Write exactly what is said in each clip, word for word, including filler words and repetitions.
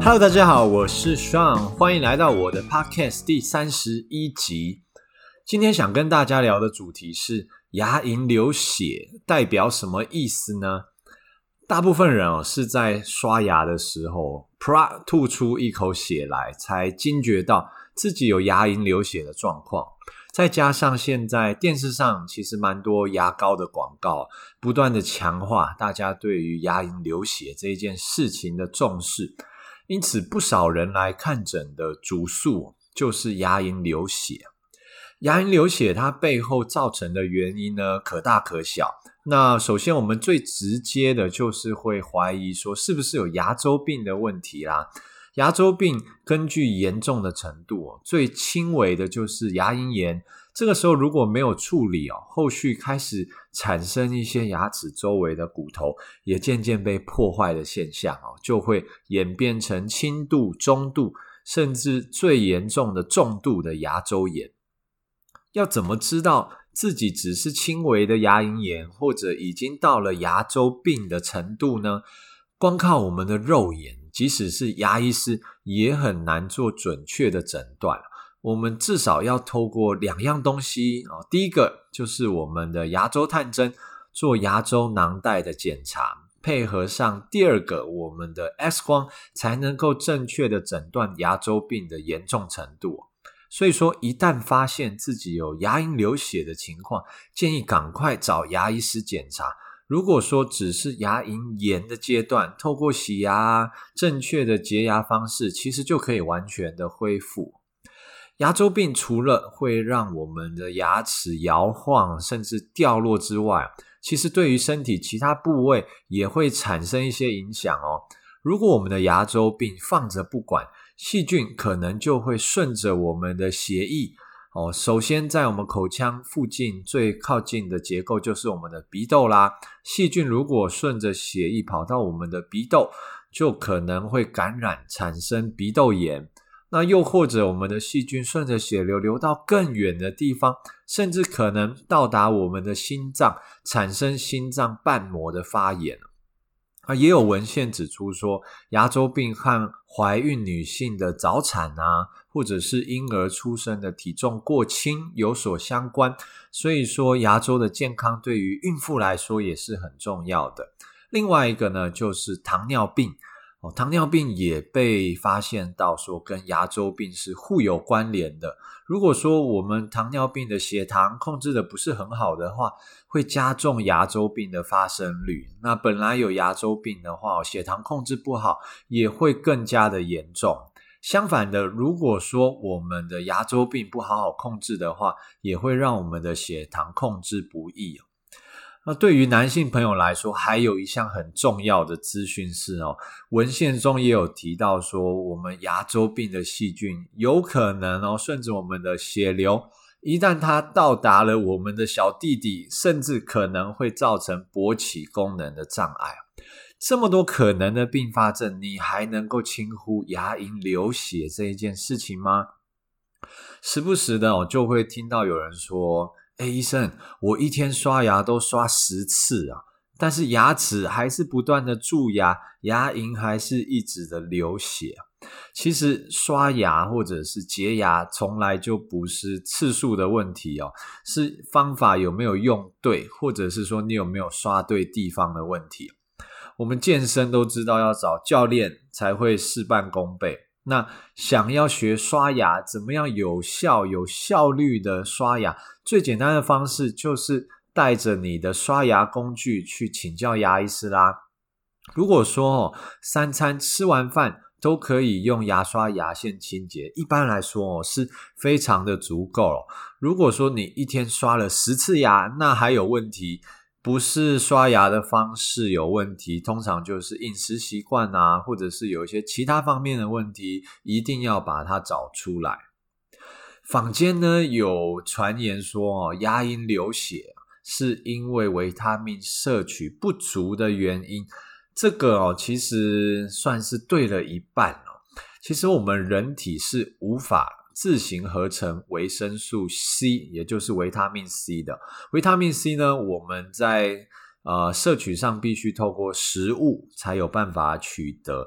Hello， 大家好，我是 Sean， 欢迎来到我的 Podcast 第三十一集。今天想跟大家聊的主题是牙龈流血代表什么意思呢？大部分人哦是在刷牙的时候啪吐出一口血来，才惊觉到自己有牙龈流血的状况。再加上现在电视上其实蛮多牙膏的广告，不断的强化大家对于牙龈流血这一件事情的重视，因此不少人来看诊的主诉就是牙龈流血。牙龈流血它背后造成的原因呢，可大可小。那首先我们最直接的就是会怀疑说是不是有牙周病的问题啦。牙周病根据严重的程度，最轻微的就是牙龈炎，这个时候如果没有处理，后续开始产生一些牙齿周围的骨头也渐渐被破坏的现象，就会演变成轻度、中度甚至最严重的重度的牙周炎。要怎么知道自己只是轻微的牙龈炎或者已经到了牙周病的程度呢？光靠我们的肉眼，即使是牙医师也很难做准确的诊断。我们至少要透过两样东西，第一个就是我们的牙周探针，做牙周囊袋的检查，配合上第二个我们的 X 光，才能够正确的诊断牙周病的严重程度。所以说一旦发现自己有牙龈流血的情况，建议赶快找牙医师检查。如果说只是牙龈炎的阶段，透过洗牙、正确的洁牙方式，其实就可以完全的恢复。牙周病除了会让我们的牙齿摇晃甚至掉落之外，其实对于身体其他部位也会产生一些影响哦。如果我们的牙周病放着不管，细菌可能就会顺着我们的血液哦，首先在我们口腔附近最靠近的结构就是我们的鼻窦啦，细菌如果顺着血液跑到我们的鼻窦，就可能会感染产生鼻窦炎。那又或者我们的细菌顺着血流流到更远的地方，甚至可能到达我们的心脏，产生心脏瓣膜的发炎。啊，也有文献指出说，牙周病和怀孕女性的早产啊，或者是婴儿出生的体重过轻有所相关，所以说牙周的健康对于孕妇来说也是很重要的。另外一个呢，就是糖尿病。哦，糖尿病也被发现到说跟牙周病是互有关联的。如果说我们糖尿病的血糖控制的不是很好的话，会加重牙周病的发生率。那本来有牙周病的话，血糖控制不好也会更加的严重。相反的，如果说我们的牙周病不好好控制的话，也会让我们的血糖控制不易。那对于男性朋友来说，还有一项很重要的资讯是哦，文献中也有提到说，我们牙周病的细菌有可能哦顺着我们的血流，一旦它到达了我们的小弟弟，甚至可能会造成勃起功能的障碍。这么多可能的并发症，你还能够轻忽牙龈流血这一件事情吗？时不时的哦，就会听到有人说，诶，医生，我一天刷牙都刷十次啊，但是牙齿还是不断的蛀牙，牙龈还是一直的流血。其实刷牙或者是洁牙从来就不是次数的问题哦，是方法有没有用对，或者是说你有没有刷对地方的问题。我们健身都知道要找教练才会事半功倍。那想要学刷牙，怎么样有效有效率的刷牙，最简单的方式就是带着你的刷牙工具去请教牙医师啦。如果说哦，三餐吃完饭都可以用牙刷牙线清洁，一般来说哦是非常的足够哦。如果说你一天刷了十次牙，那还有问题，不是刷牙的方式有问题，通常就是饮食习惯啊，或者是有一些其他方面的问题，一定要把它找出来。坊间呢有传言说哦，牙龈流血是因为维他命摄取不足的原因，这个哦其实算是对了一半哦。其实我们人体是无法自行合成维生素 C， 也就是维他命 C 的。维他命 C 呢，我们在呃摄取上必须透过食物才有办法取得。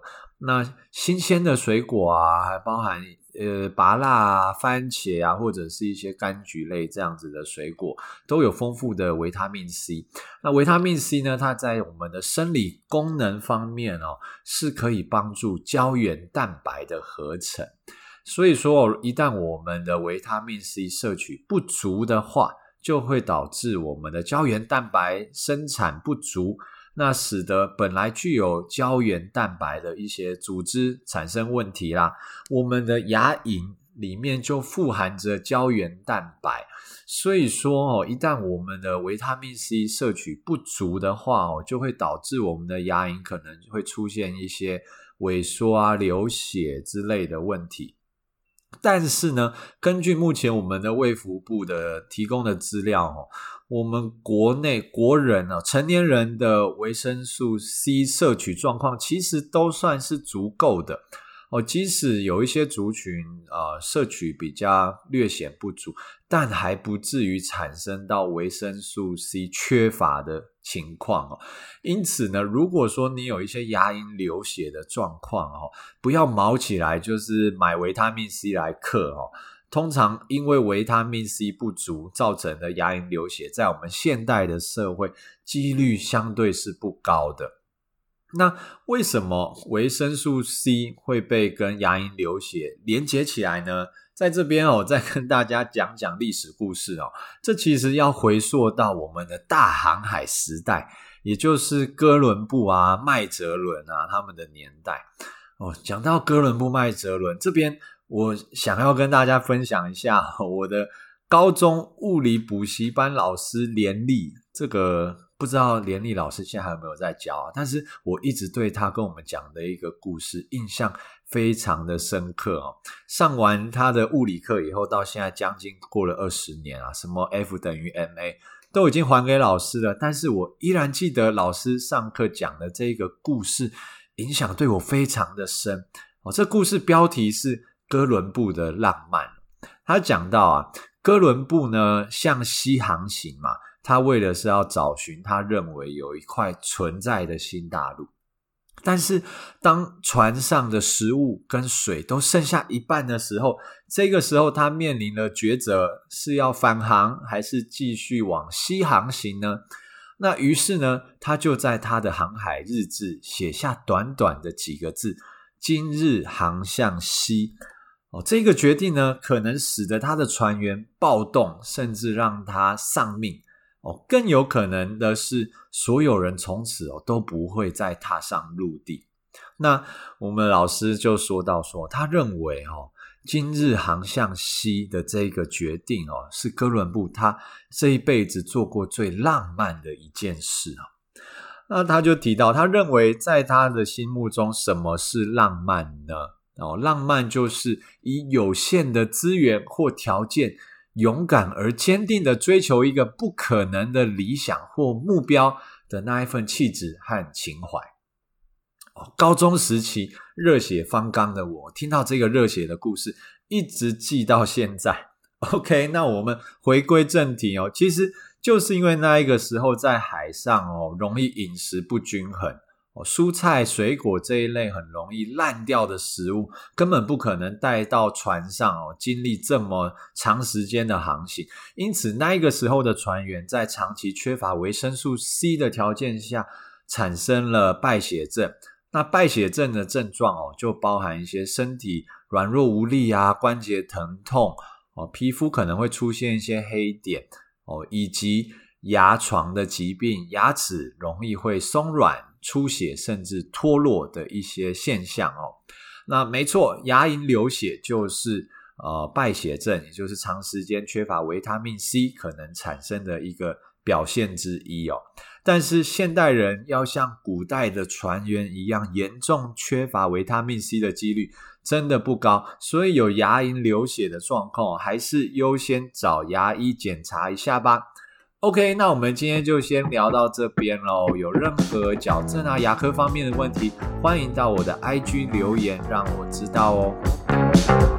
那新鲜的水果啊，还包含呃芭乐啊、番茄啊，或者是一些柑橘类这样子的水果，都有丰富的维他命 C。那维他命 C 呢，它在我们的生理功能方面哦，是可以帮助胶原蛋白的合成。所以说，一旦我们的维他命 C 摄取不足的话，就会导致我们的胶原蛋白生产不足，那使得本来具有胶原蛋白的一些组织产生问题啦。我们的牙龈里面就富含着胶原蛋白，所以说哦，一旦我们的维他命 C 摄取不足的话哦，就会导致我们的牙龈可能会出现一些萎缩啊、流血之类的问题。但是呢，根据目前我们的卫福部的提供的资料哦，我们国内国人哦，成年人的维生素 C 摄取状况其实都算是足够的哦，即使有一些族群呃摄取比较略显不足，但还不至于产生到维生素 C 缺乏的情况哦。因此呢，如果说你有一些牙龈流血的状况哦，不要毛起来就是买维他命 C 来嗑哦。通常因为维他命 C 不足造成的牙龈流血，在我们现代的社会几率相对是不高的。那为什么维生素 C 会被跟牙龈流血连结起来呢？在这边哦，再跟大家讲讲历史故事哦。这其实要回溯到我们的大航海时代，也就是哥伦布啊、麦哲伦啊他们的年代哦。讲到哥伦布、麦哲伦这边，我想要跟大家分享一下我的高中物理补习班老师连丽，这个不知道连丽老师现在还有没有在教啊？但是我一直对他跟我们讲的一个故事印象非常的深刻哦。上完他的物理课以后，到现在将近过了二十年啊，什么 F 等于 ma 都已经还给老师了，但是我依然记得老师上课讲的这个故事，影响对我非常的深哦。这故事标题是哥伦布的浪漫。他讲到啊，哥伦布呢向西航行嘛，他为的是要找寻他认为有一块存在的新大陆。但是当船上的食物跟水都剩下一半的时候，这个时候他面临了抉择，是要返航还是继续往西航行呢？那于是呢，他就在他的航海日志写下短短的几个字：今日航向西。哦，这个决定呢，可能使得他的船员暴动，甚至让他丧命。哦，更有可能的是，所有人从此哦都不会再踏上陆地。那我们老师就说到说，他认为哦，今日航向西的这个决定哦，是哥伦布他这一辈子做过最浪漫的一件事哦。那他就提到，他认为在他的心目中，什么是浪漫呢？哦，浪漫就是以有限的资源或条件，勇敢而坚定的追求一个不可能的理想或目标的那一份气质和情怀。哦，高中时期热血方刚的我，听到这个热血的故事，一直记到现在。OK， 那我们回归正题哦，其实就是因为那一个时候在海上哦，容易饮食不均衡。哦，蔬菜水果这一类很容易烂掉的食物根本不可能带到船上哦，经历这么长时间的航行。因此那个时候的船员在长期缺乏维生素 C 的条件下，产生了败血症。那败血症的症状哦，就包含一些身体软弱无力啊，关节疼痛哦，皮肤可能会出现一些黑点哦，以及牙床的疾病，牙齿容易会松软、出血甚至脱落的一些现象哦。那没错，牙龈流血就是呃败血症，也就是长时间缺乏维他命 C 可能产生的一个表现之一哦。但是现代人要像古代的船员一样严重缺乏维他命 C 的几率真的不高，所以有牙龈流血的状况，还是优先找牙医检查一下吧。OK， 那我们今天就先聊到这边咯。有任何矫正啊、牙科方面的问题，欢迎到我的 I G 留言让我知道哦。